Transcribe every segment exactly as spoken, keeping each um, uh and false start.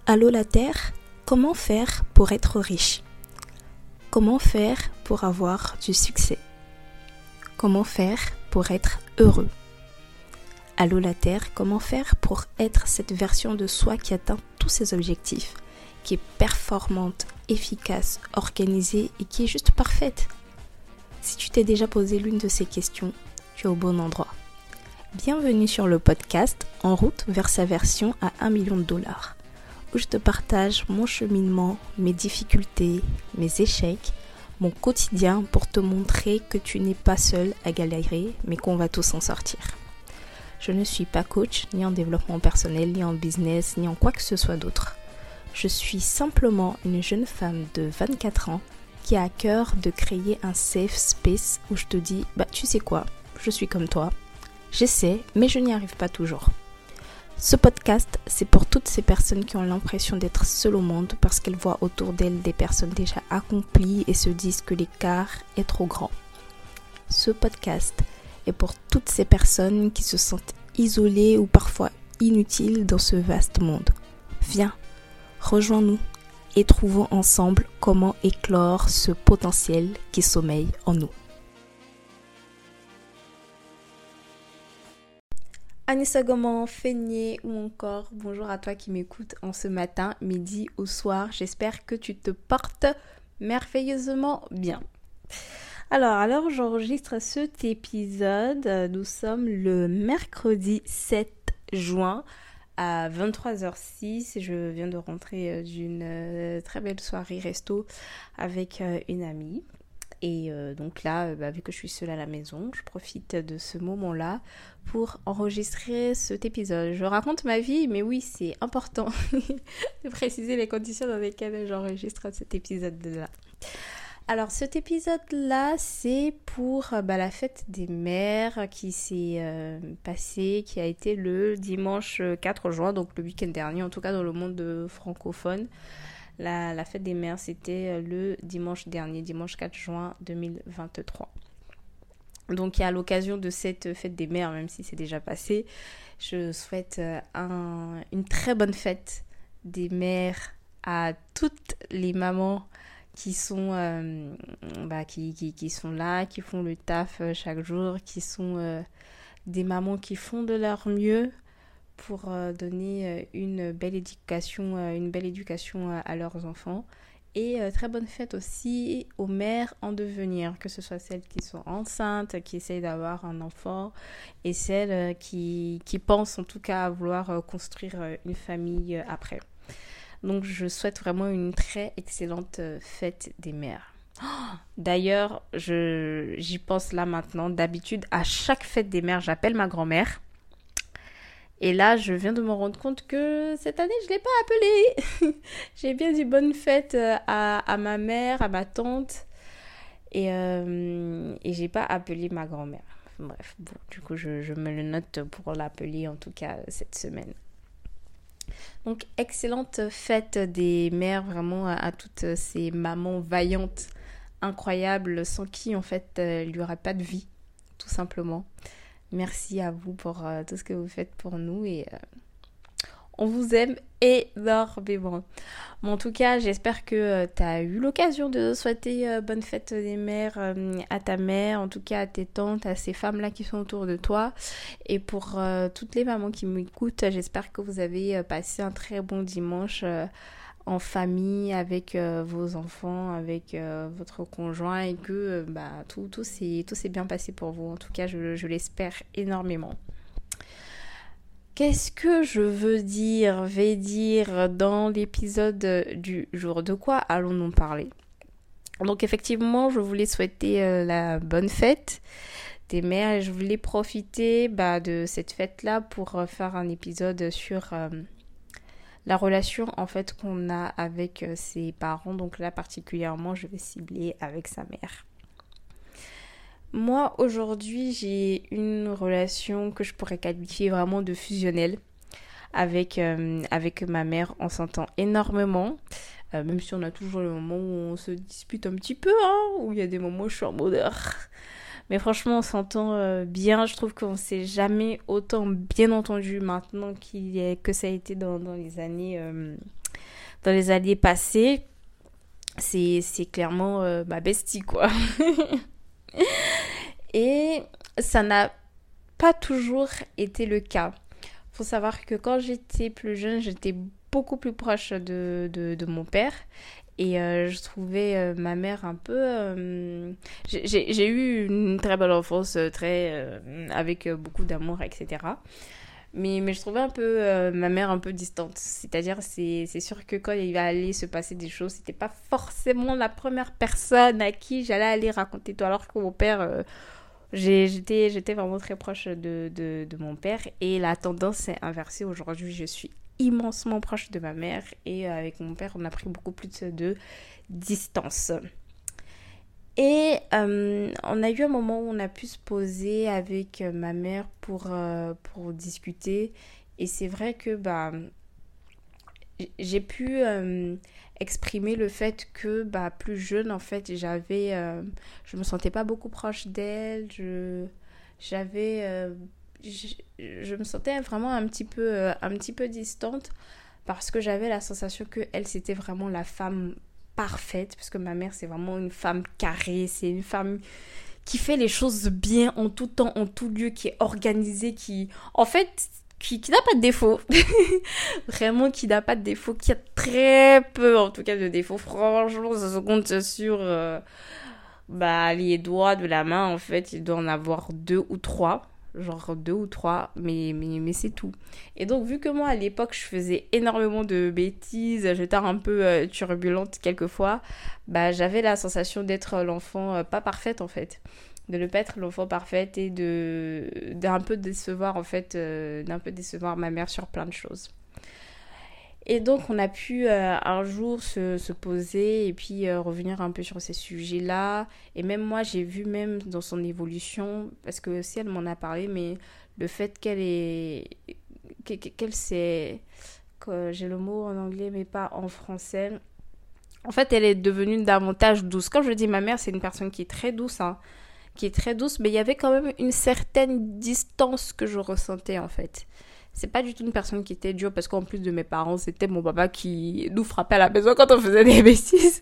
Allô la Terre, comment faire pour être riche? Comment faire pour avoir du succès? Comment faire pour être heureux? Allô la Terre, comment faire pour être cette version de soi qui atteint tous ses objectifs, qui est performante, efficace, organisée et qui est juste parfaite? Si tu t'es déjà posé l'une de ces questions, tu es au bon endroit. Bienvenue sur le podcast En route vers sa version à un million de dollars, où je te partage mon cheminement, mes difficultés, mes échecs, mon quotidien pour te montrer que tu n'es pas seul à galérer, mais qu'on va tous s'en sortir. Je ne suis pas coach, ni en développement personnel, ni en business, ni en quoi que ce soit d'autre. Je suis simplement une jeune femme de vingt-quatre ans qui a à cœur de créer un safe space où je te dis, bah tu sais quoi, je suis comme toi, j'essaie, mais je n'y arrive pas toujours. Ce podcast, c'est pour toutes ces personnes qui ont l'impression d'être seules au monde parce qu'elles voient autour d'elles des personnes déjà accomplies et se disent que l'écart est trop grand. Ce podcast est pour toutes ces personnes qui se sentent isolées ou parfois inutiles dans ce vaste monde. Viens, rejoins-nous et trouvons ensemble comment éclore ce potentiel qui sommeille en nous. Anissa Goman, Feigné ou encore bonjour à toi qui m'écoutes en ce matin, midi ou soir. J'espère que tu te portes merveilleusement bien. Alors, alors j'enregistre cet épisode. Nous sommes le mercredi sept juin à vingt-trois heures six. Je viens de rentrer d'une très belle soirée resto avec une amie. Et euh, donc là, bah, vu que je suis seule à la maison, je profite de ce moment-là pour enregistrer cet épisode. Je raconte ma vie, mais oui, c'est important de préciser les conditions dans lesquelles j'enregistre cet épisode-là. Alors cet épisode-là, c'est pour bah, la fête des mères qui s'est euh, passée, qui a été le dimanche quatre juin, donc le week-end dernier, en tout cas dans le monde francophone. La, la fête des mères, c'était le dimanche dernier, dimanche quatre juin deux mille vingt-trois. Donc, à l'occasion de cette fête des mères, même si c'est déjà passé, je souhaite un, une très bonne fête des mères à toutes les mamans qui sont, euh, bah, qui, qui, qui sont là, qui font le taf chaque jour, qui sont euh, des mamans qui font de leur mieux pour euh, donner euh, une belle éducation, euh, une belle éducation euh, à leurs enfants. Et euh, très bonne fête aussi aux mères en devenir, que ce soit celles qui sont enceintes, qui essayent d'avoir un enfant, et celles euh, qui, qui pensent en tout cas à vouloir euh, construire euh, une famille euh, après. Donc je souhaite vraiment une très excellente euh, fête des mères. Oh, d'ailleurs, je, j'y pense là maintenant. D'habitude, à chaque fête des mères, j'appelle ma grand-mère. Et là, je viens de me rendre compte que cette année, je ne l'ai pas appelée. J'ai bien dit bonne fête à, à ma mère, à ma tante. Et, euh, et je n'ai pas appelé ma grand-mère. Bref, bon, du coup, je, je me le note pour l'appeler en tout cas cette semaine. Donc, excellente fête des mères, vraiment à, à toutes ces mamans vaillantes, incroyables, sans qui, en fait, euh, il n'y aurait pas de vie, tout simplement. Merci à vous pour euh, tout ce que vous faites pour nous et euh, on vous aime énormément. Bon, en tout cas, j'espère que euh, tu as eu l'occasion de souhaiter euh, bonne fête des mères euh, à ta mère, en tout cas à tes tantes, à ces femmes-là qui sont autour de toi. Et pour euh, toutes les mamans qui m'écoutent, j'espère que vous avez euh, passé un très bon dimanche euh, en famille, avec euh, vos enfants, avec euh, votre conjoint et que euh, bah, tout, tout, s'est, tout s'est bien passé pour vous. En tout cas, je, je l'espère énormément. Qu'est-ce que je veux dire, vais dire dans l'épisode du jour? De quoi allons-nous parler? Donc effectivement, je voulais souhaiter euh, la bonne fête des mères et je voulais profiter bah, de cette fête-là pour euh, faire un épisode sur... Euh, la relation en fait qu'on a avec euh, ses parents, donc là particulièrement je vais cibler avec sa mère. Moi aujourd'hui j'ai une relation que je pourrais qualifier vraiment de fusionnelle avec, euh, avec ma mère. On s'entend énormément, euh, même si on a toujours le moment où on se dispute un petit peu, hein, où il y a des moments où je suis en mode... Mais franchement, on s'entend euh, bien. Je trouve qu'on ne s'est jamais autant bien entendu maintenant qu'il y a, que ça a été dans, dans les années euh, dans les années passées, c'est, c'est clairement euh, ma bestie, quoi. Et ça n'a pas toujours été le cas. Faut savoir que quand j'étais plus jeune, j'étais beaucoup plus proche de, de, de mon père. Et euh, je trouvais euh, ma mère un peu... euh, j'ai, j'ai j'ai eu une très belle enfance, euh, très, euh, avec euh, beaucoup d'amour, et cetera. Mais, mais je trouvais un peu euh, ma mère un peu distante. C'est-à-dire, c'est, c'est sûr que quand il va aller se passer des choses, c'était pas forcément la première personne à qui j'allais aller raconter tout. Alors que mon père... euh, j'ai- j'étais, j'étais vraiment très proche de, de, de mon père et la tendance s'est inversée. Aujourd'hui, je suis immensement proche de ma mère et euh, avec mon père, on a pris beaucoup plus de distance. Et euh, on a eu un moment où on a pu se poser avec euh, ma mère pour, euh, pour discuter. Et c'est vrai que bah, j'ai pu euh, exprimer le fait que bah, plus jeune, en fait, j'avais, euh, je me sentais pas beaucoup proche d'elle. Je, j'avais, euh, je, je me sentais vraiment un petit peu, euh, un petit peu distante parce que j'avais la sensation que elle, c'était vraiment la femme parfaite. Parce que ma mère, c'est vraiment une femme carrée. C'est une femme qui fait les choses bien en tout temps, en tout lieu, qui est organisée, qui, en fait, qui, qui n'a pas de défaut. Vraiment, qui n'a pas de défaut, qui a très peu, en tout cas, de défauts. Franchement, ça se compte sur euh, bah, les doigts de la main, en fait. Il doit en avoir deux ou trois. Genre deux ou trois, mais, mais, mais c'est tout. Et donc, vu que moi, à l'époque, je faisais énormément de bêtises, j'étais un peu euh, turbulente quelquefois, bah, j'avais la sensation d'être l'enfant euh, pas parfaite, en fait. De ne pas être l'enfant parfaite et de d'un peu décevoir, en fait, euh, d'un peu décevoir ma mère sur plein de choses. Et donc, on a pu euh, un jour se, se poser et puis euh, revenir un peu sur ces sujets-là. Et même moi, j'ai vu même dans son évolution, parce que si elle m'en a parlé, mais le fait qu'elle est... qu'elle s'est... que j'ai le mot en anglais, mais pas en français. En fait, elle est devenue davantage douce. Quand je dis ma mère, c'est une personne qui est très douce, hein, qui est très douce, mais il y avait quand même une certaine distance que je ressentais, en fait. C'est pas du tout une personne qui était dure parce qu'en plus de mes parents, c'était mon papa qui nous frappait à la maison quand on faisait des bêtises.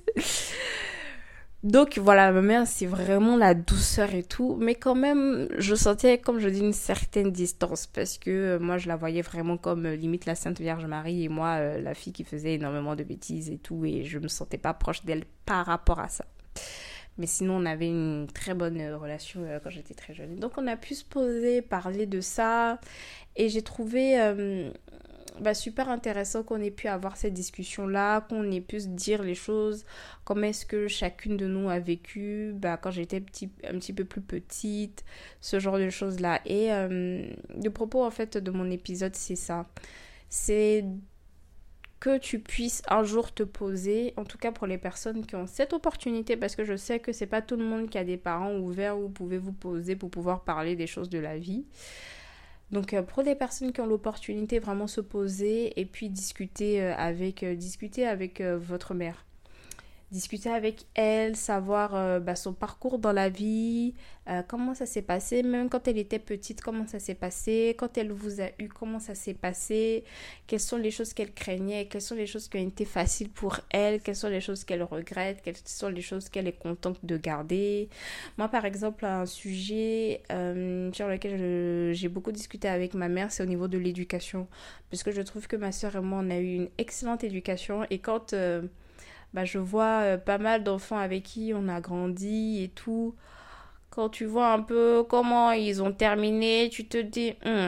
Donc voilà, ma mère, c'est vraiment la douceur et tout. Mais quand même, je sentais, comme je dis, une certaine distance. Parce que euh, moi, je la voyais vraiment comme euh, limite la Sainte Vierge Marie. Et moi, euh, la fille qui faisait énormément de bêtises et tout. Et je me sentais pas proche d'elle par rapport à ça. Mais sinon, on avait une très bonne euh, relation euh, quand j'étais très jeune. Donc on a pu se poser, parler de ça. Et j'ai trouvé euh, bah, super intéressant qu'on ait pu avoir cette discussion-là, qu'on ait pu se dire les choses, comment est-ce que chacune de nous a vécu bah, quand j'étais petit, un petit peu plus petite, ce genre de choses-là. Et euh, le propos, en fait, de mon épisode, c'est ça. C'est que tu puisses un jour te poser, en tout cas pour les personnes qui ont cette opportunité, parce que je sais que c'est pas tout le monde qui a des parents ouverts où vous pouvez vous poser pour pouvoir parler des choses de la vie. Donc euh, pour les personnes qui ont l'opportunité, vraiment se poser et puis discuter euh, avec, euh, discuter avec euh, votre mère. Discuter avec elle, savoir euh, bah, son parcours dans la vie, euh, comment ça s'est passé, même quand elle était petite, comment ça s'est passé, quand elle vous a eu, comment ça s'est passé, quelles sont les choses qu'elle craignait, quelles sont les choses qui ont été faciles pour elle, quelles sont les choses qu'elle regrette, quelles sont les choses qu'elle est contente de garder. Moi, par exemple, un sujet euh, sur lequel je- j'ai beaucoup discuté avec ma mère, c'est au niveau de l'éducation, parce que je trouve que ma soeur et moi, on a eu une excellente éducation, et quand... euh, bah, je vois euh, pas mal d'enfants avec qui on a grandi et tout. Quand tu vois un peu comment ils ont terminé, tu te dis, hmm,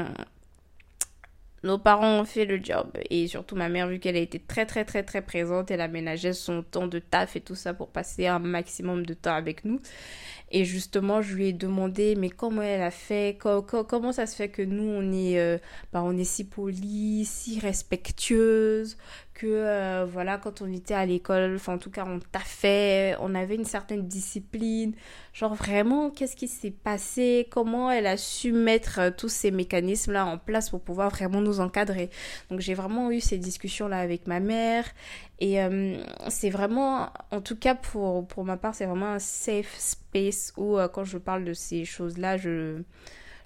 nos parents ont fait le job. Et surtout ma mère, vu qu'elle a été très très très très présente, elle aménageait son temps de taf et tout ça pour passer un maximum de temps avec nous. Et justement, je lui ai demandé, mais comment elle a fait, co- co- comment ça se fait que nous, on est, euh, bah, on est si polis, si respectueuse, que euh, voilà, quand on était à l'école, enfin en tout cas, on taffait, on avait une certaine discipline. Genre vraiment, qu'est-ce qui s'est passé, comment elle a su mettre euh, tous ces mécanismes-là en place pour pouvoir vraiment nous encadrer. Donc j'ai vraiment eu ces discussions-là avec ma mère. Et euh, c'est vraiment, en tout cas pour, pour ma part, c'est vraiment un safe space où euh, quand je parle de ces choses-là, je,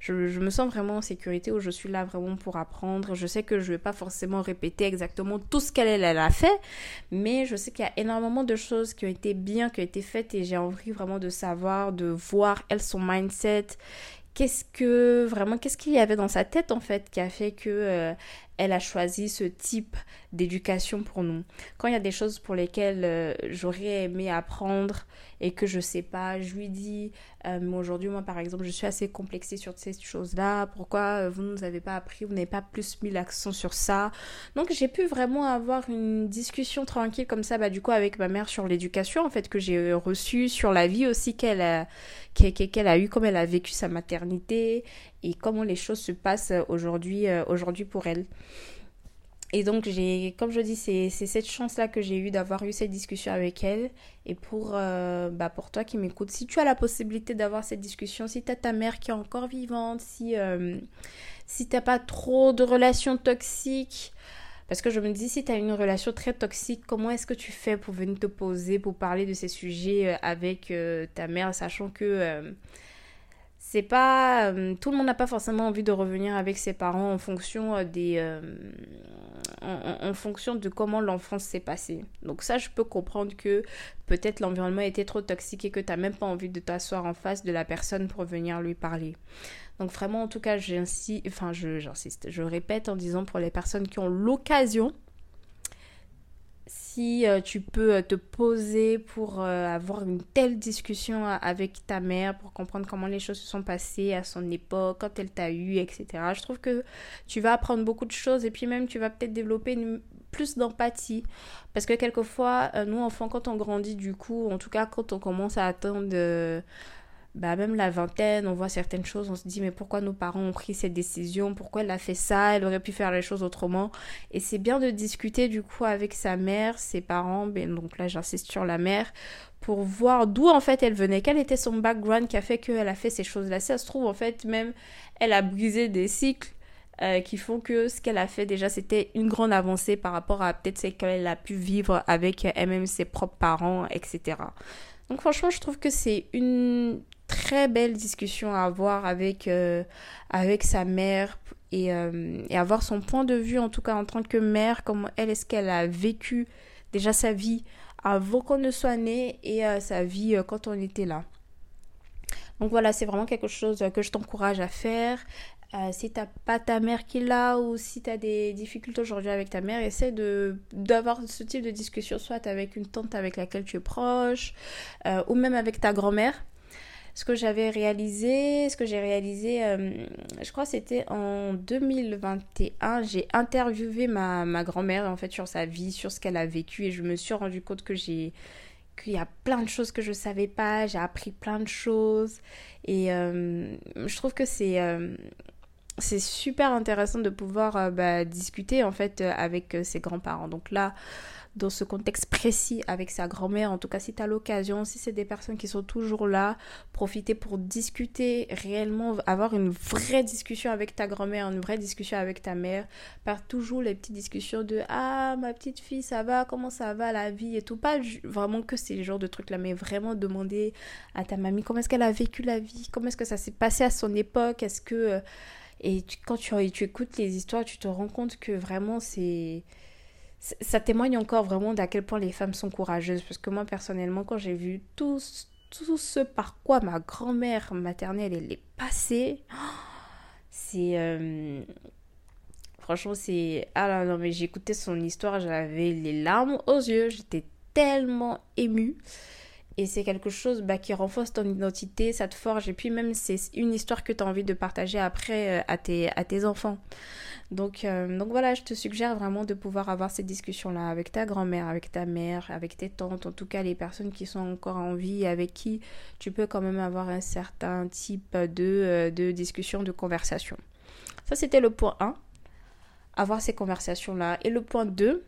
Je, je me sens vraiment en sécurité, où je suis là vraiment pour apprendre. Je sais que je vais pas forcément répéter exactement tout ce qu'elle elle, elle a fait, mais je sais qu'il y a énormément de choses qui ont été bien, qui ont été faites, et j'ai envie vraiment de savoir, de voir elle, son mindset. Qu'est-ce que vraiment, qu'est-ce qu'il y avait dans sa tête en fait qui a fait que euh, elle a choisi ce type d'éducation pour nous. Quand il y a des choses pour lesquelles euh, j'aurais aimé apprendre et que je sais pas, je lui dis euh, mais aujourd'hui moi par exemple je suis assez complexée sur ces choses-là, pourquoi euh, vous ne nous avez pas appris, vous n'avez pas plus mis l'accent sur ça. Donc j'ai pu vraiment avoir une discussion tranquille comme ça, bah du coup avec ma mère, sur l'éducation en fait que j'ai reçue, sur la vie aussi qu'elle a, qu'elle a eu, comme elle a vécu sa maternité et comment les choses se passent aujourd'hui, euh, aujourd'hui pour elle. Et donc, j'ai, comme je dis, c'est, c'est cette chance-là que j'ai eue d'avoir eu cette discussion avec elle. Et pour, euh, bah pour toi qui m'écoutes, si tu as la possibilité d'avoir cette discussion, si tu as ta mère qui est encore vivante, si, euh, si tu n'as pas trop de relations toxiques, parce que je me dis, si tu as une relation très toxique, comment est-ce que tu fais pour venir te poser, pour parler de ces sujets avec euh, ta mère, sachant que... Euh, c'est pas euh, tout le monde n'a pas forcément envie de revenir avec ses parents en fonction euh, des euh, en, en fonction de comment l'enfance s'est passée. Donc ça, je peux comprendre que peut-être l'environnement était trop toxique et que t'as même pas envie de t'asseoir en face de la personne pour venir lui parler. Donc vraiment, en tout cas, j'insiste, enfin je, j'insiste, je répète en disant, pour les personnes qui ont l'occasion, si euh, tu peux euh, te poser pour euh, avoir une telle discussion avec ta mère, pour comprendre comment les choses se sont passées à son époque, quand elle t'a eu, et cetera. Je trouve que tu vas apprendre beaucoup de choses, et puis même tu vas peut-être développer une, plus d'empathie. Parce que quelquefois, euh, nous enfants, quand on grandit, du coup, en tout cas quand on commence à atteindre... Euh, bah même la vingtaine, on voit certaines choses, on se dit mais pourquoi nos parents ont pris cette décision, pourquoi elle a fait ça, elle aurait pu faire les choses autrement. Et c'est bien de discuter du coup avec sa mère, ses parents, ben, donc là j'insiste sur la mère, pour voir d'où en fait elle venait, quel était son background qui a fait qu'elle a fait ces choses-là. Si ça se trouve en fait même elle a brisé des cycles euh, qui font que ce qu'elle a fait déjà c'était une grande avancée par rapport à peut-être ce qu'elle a pu vivre avec elle-même, ses propres parents, et cetera. Donc franchement je trouve que c'est une très belle discussion à avoir avec, euh, avec sa mère, et, euh, et avoir son point de vue en tout cas en tant que mère, comment elle, est-ce qu'elle a vécu déjà sa vie avant qu'on ne soit né, et euh, sa vie euh, quand on était là. Donc voilà, c'est vraiment quelque chose que je t'encourage à faire. Euh, si t'as pas ta mère qui l'a, ou si t'as des difficultés aujourd'hui avec ta mère, essaie de d'avoir ce type de discussion, soit avec une tante avec laquelle tu es proche, euh, ou même avec ta grand-mère. Ce que j'avais réalisé, ce que j'ai réalisé, euh, je crois que c'était en deux mille vingt et un, j'ai interviewé ma, ma grand-mère en fait sur sa vie, sur ce qu'elle a vécu, et je me suis rendu compte que j'ai qu'il y a plein de choses que je savais pas, j'ai appris plein de choses, et euh, je trouve que c'est euh, c'est super intéressant de pouvoir euh, bah, discuter en fait euh, avec euh, ses grands-parents. Donc là, dans ce contexte précis avec sa grand-mère, en tout cas si tu as l'occasion, si c'est des personnes qui sont toujours là, profiter pour discuter réellement, avoir une vraie discussion avec ta grand-mère, une vraie discussion avec ta mère, pas toujours les petites discussions de ah ma petite fille ça va, comment ça va la vie et tout, pas vraiment que ces genres de trucs là, mais vraiment demander à ta mamie comment est-ce qu'elle a vécu la vie, comment est-ce que ça s'est passé à son époque, est-ce que euh, et tu, quand tu, tu écoutes les histoires, tu te rends compte que vraiment c'est ça témoigne encore vraiment d'à quel point les femmes sont courageuses. Parce que moi, personnellement, quand j'ai vu tout, tout ce par quoi ma grand-mère maternelle elle est passée, c'est... Euh, franchement, c'est... Ah là, non, mais j'écoutais son histoire, j'avais les larmes aux yeux, j'étais tellement émue. Et c'est quelque chose bah, qui renforce ton identité, ça te forge. Et puis même, c'est une histoire que tu as envie de partager après euh, à, tes, à tes enfants. Donc, euh, donc voilà, je te suggère vraiment de pouvoir avoir cette discussion-là avec ta grand-mère, avec ta mère, avec tes tantes, en tout cas les personnes qui sont encore en vie, avec qui tu peux quand même avoir un certain type de, euh, de discussion, de conversation. Ça, c'était le point un, avoir ces conversations-là. Et le point deux,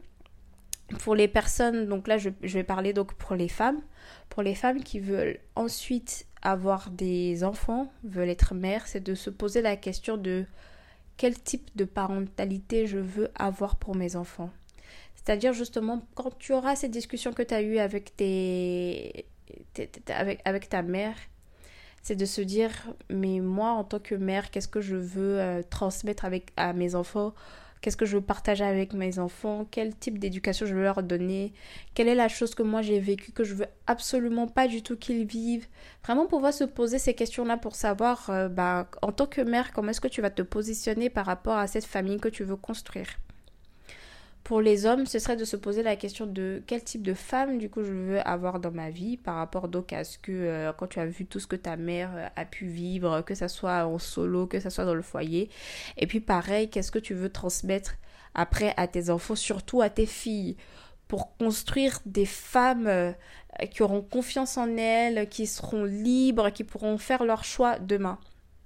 pour les personnes, donc là je, je vais parler donc pour les femmes, pour les femmes qui veulent ensuite avoir des enfants, veulent être mères, c'est de se poser la question de quel type de parentalité je veux avoir pour mes enfants. C'est-à-dire justement, quand tu auras cette discussion que tu as eue avec, tes, tes, tes, avec, avec ta mère, c'est de se dire, mais moi, en tant que mère, qu'est-ce que je veux euh, transmettre avec, à mes enfants? Qu'est-ce que je veux partager avec mes enfants? Quel type d'éducation je veux leur donner? Quelle est la chose que moi j'ai vécue que je veux absolument pas du tout qu'ils vivent? Vraiment pouvoir se poser ces questions-là pour savoir, euh, bah, en tant que mère, comment est-ce que tu vas te positionner par rapport à cette famille que tu veux construire? Pour les hommes, ce serait de se poser la question de quel type de femme, du coup, je veux avoir dans ma vie par rapport donc à ce que, euh, quand tu as vu tout ce que ta mère euh, a pu vivre, que ça soit en solo, que ça soit dans le foyer. Et puis pareil, qu'est-ce que tu veux transmettre après à tes enfants, surtout à tes filles, pour construire des femmes euh, qui auront confiance en elles, qui seront libres, qui pourront faire leur choix demain.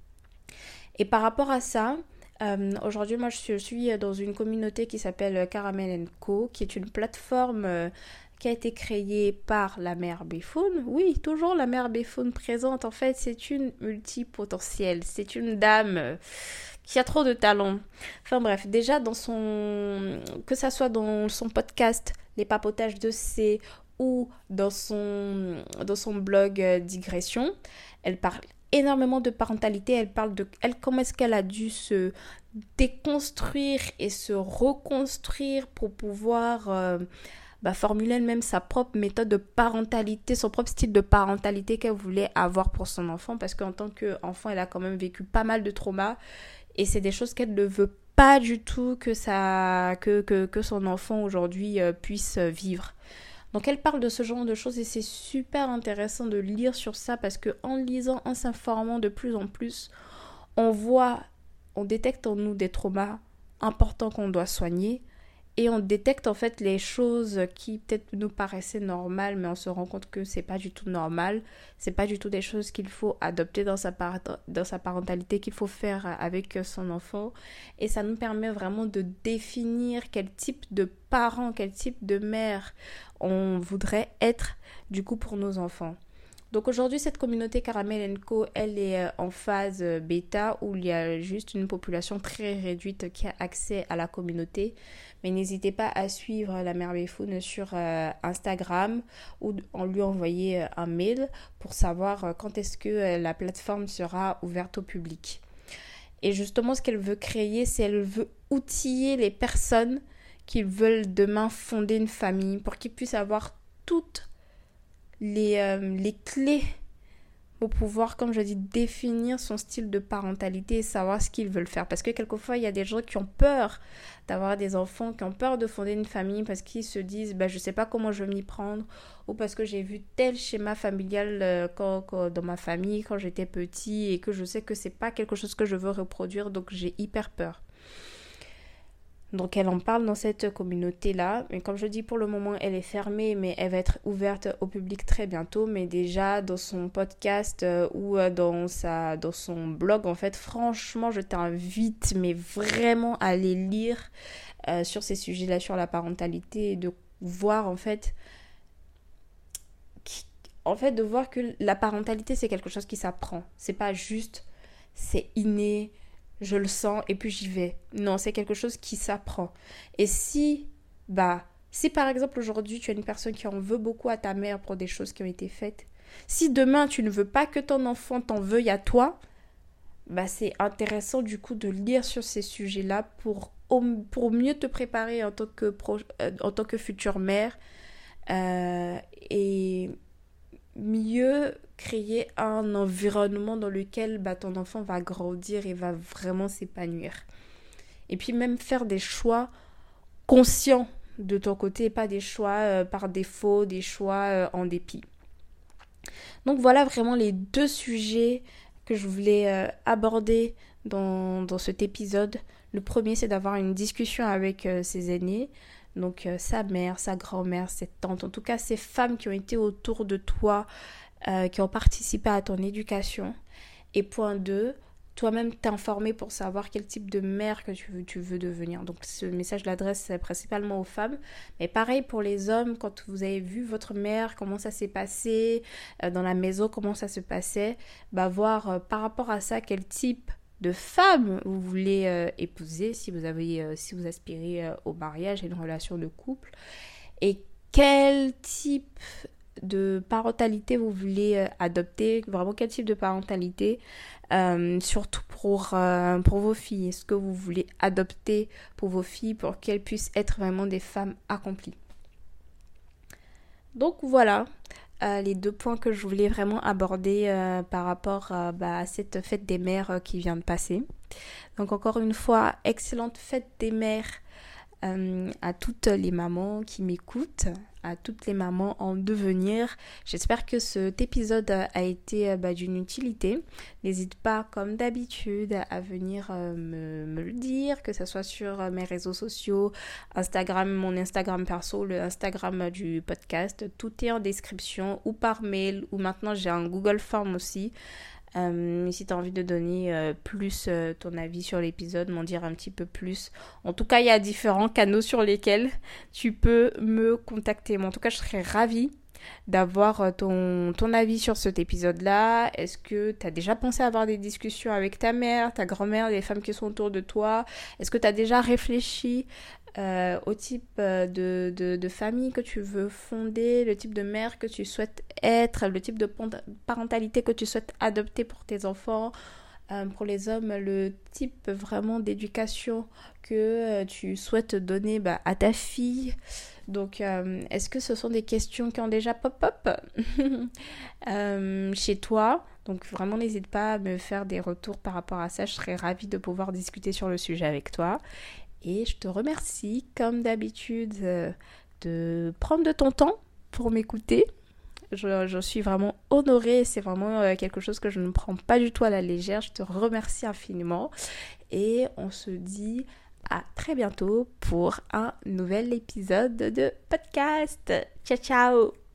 Et par rapport à ça, euh, aujourd'hui, moi, je suis dans une communauté qui s'appelle Caramel and Co, qui est une plateforme euh, qui a été créée par la mère Béfoun. Oui, toujours la mère Béfoun présente. En fait, c'est une multipotentielle. C'est une dame euh, qui a trop de talent. Enfin bref, déjà, dans son... que ça soit dans son podcast, Les Papotages de C, ou dans son, dans son blog euh, Digression, elle parle énormément de parentalité. Elle parle de elle, comment est-ce qu'elle a dû se déconstruire et se reconstruire pour pouvoir euh, bah, formuler elle-même sa propre méthode de parentalité, son propre style de parentalité qu'elle voulait avoir pour son enfant, parce qu'en tant qu'enfant, elle a quand même vécu pas mal de traumas et c'est des choses qu'elle ne veut pas du tout que, ça, que, que, que son enfant aujourd'hui euh, puisse vivre. Donc elle parle de ce genre de choses et c'est super intéressant de lire sur ça parce qu'en lisant, en s'informant de plus en plus, on voit, on détecte en nous des traumas importants qu'on doit soigner et on détecte en fait les choses qui peut-être nous paraissaient normales, mais on se rend compte que c'est pas du tout normal, c'est pas du tout des choses qu'il faut adopter dans sa, par- dans sa parentalité, qu'il faut faire avec son enfant. Et ça nous permet vraiment de définir quel type de parent, quel type de mère on voudrait être du coup pour nos enfants. Donc aujourd'hui, cette communauté Caramel and Co, elle est en phase bêta où il y a juste une population très réduite qui a accès à la communauté. Mais n'hésitez pas à suivre la mère Béfoun sur euh, Instagram ou en lui envoyer un mail pour savoir quand est-ce que la plateforme sera ouverte au public. Et justement, ce qu'elle veut créer, c'est qu'elle veut outiller les personnes qui veulent demain fonder une famille pour qu'ils puissent avoir toutes les, euh, les clés pour pouvoir, comme je dis, définir son style de parentalité et savoir ce qu'ils veulent faire. Parce que quelquefois, il y a des gens qui ont peur d'avoir des enfants, qui ont peur de fonder une famille parce qu'ils se disent bah, « je ne sais pas comment je vais m'y prendre » ou parce que j'ai vu tel schéma familial euh, quand, quand, dans ma famille quand j'étais petit et que je sais que ce n'est pas quelque chose que je veux reproduire, donc j'ai hyper peur. Donc elle en parle dans cette communauté-là. Mais comme je dis, pour le moment, elle est fermée, mais elle va être ouverte au public très bientôt. Mais déjà, dans son podcast euh, ou euh, dans, sa, dans son blog, en fait, franchement, je t'invite, mais vraiment à aller lire euh, sur ces sujets-là, sur la parentalité, et de voir, en fait, qui, en fait, de voir que la parentalité, c'est quelque chose qui s'apprend. C'est pas juste, c'est inné, je le sens et puis j'y vais. Non, c'est quelque chose qui s'apprend. Et si, bah, si par exemple aujourd'hui tu es une personne qui en veut beaucoup à ta mère pour des choses qui ont été faites, si demain tu ne veux pas que ton enfant t'en veuille à toi, bah c'est intéressant du coup de lire sur ces sujets-là pour, pour mieux te préparer en tant que, pro, euh, en tant que future mère euh, et mieux créer un environnement dans lequel bah, ton enfant va grandir et va vraiment s'épanouir. Et puis même faire des choix conscients de ton côté, pas des choix euh, par défaut, des choix euh, en dépit. Donc voilà vraiment les deux sujets que je voulais euh, aborder dans, dans cet épisode. Le premier, c'est d'avoir une discussion avec euh, ses aînés. Donc euh, sa mère, sa grand-mère, ses tantes, en tout cas ces femmes qui ont été autour de toi, euh, qui ont participé à ton éducation. Et point deux, toi-même t'informer pour savoir quel type de mère que tu veux, tu veux devenir. Donc ce message, je l'adresse principalement aux femmes. Mais pareil pour les hommes, quand vous avez vu votre mère, comment ça s'est passé, euh, dans la maison, comment ça se passait, bah voir euh, par rapport à ça quel type de femme vous voulez euh, épouser, si vous avez, euh, si vous aspirez euh, au mariage et une relation de couple, et quel type de parentalité vous voulez euh, adopter, vraiment quel type de parentalité, euh, surtout pour, euh, pour vos filles. Est-ce que vous voulez adopter pour vos filles pour qu'elles puissent être vraiment des femmes accomplies? Donc voilà, euh, les deux points que je voulais vraiment aborder euh, par rapport euh, bah, à cette fête des mères euh, qui vient de passer. Donc encore une fois, excellente fête des mères euh, à toutes les mamans qui m'écoutent, à toutes les mamans en devenir. J'espère que cet épisode a été euh, bah, d'une utilité. N'hésite pas, comme d'habitude, à venir euh, me, me le dire, que ce soit sur euh, mes réseaux sociaux, Instagram, mon Instagram perso, le Instagram du podcast. Tout est en description, ou par mail, ou maintenant j'ai un Google Form aussi. Euh, si tu as envie de donner euh, plus euh, ton avis sur l'épisode, m'en dire un petit peu plus. En tout cas, il y a différents canaux sur lesquels tu peux me contacter. Mais en tout cas, je serais ravie d'avoir euh, ton, ton avis sur cet épisode-là. Est-ce que tu as déjà pensé à avoir des discussions avec ta mère, ta grand-mère, les femmes qui sont autour de toi? Est-ce que tu as déjà réfléchi Euh, au type euh, de, de, de famille que tu veux fonder, le type de mère que tu souhaites être, le type de parentalité que tu souhaites adopter pour tes enfants, euh, pour les hommes, le type vraiment d'éducation que euh, tu souhaites donner bah, à ta fille. Donc, euh, est-ce que ce sont des questions qui ont déjà pop-up euh, chez toi? Donc, vraiment, n'hésite pas à me faire des retours par rapport à ça. Je serais ravie de pouvoir discuter sur le sujet avec toi. Et je te remercie, comme d'habitude, euh, de prendre de ton temps pour m'écouter. Je, je suis vraiment honorée. C'est vraiment euh, quelque chose que je ne prends pas du tout à la légère. Je te remercie infiniment. Et on se dit à très bientôt pour un nouvel épisode de podcast. Ciao, ciao!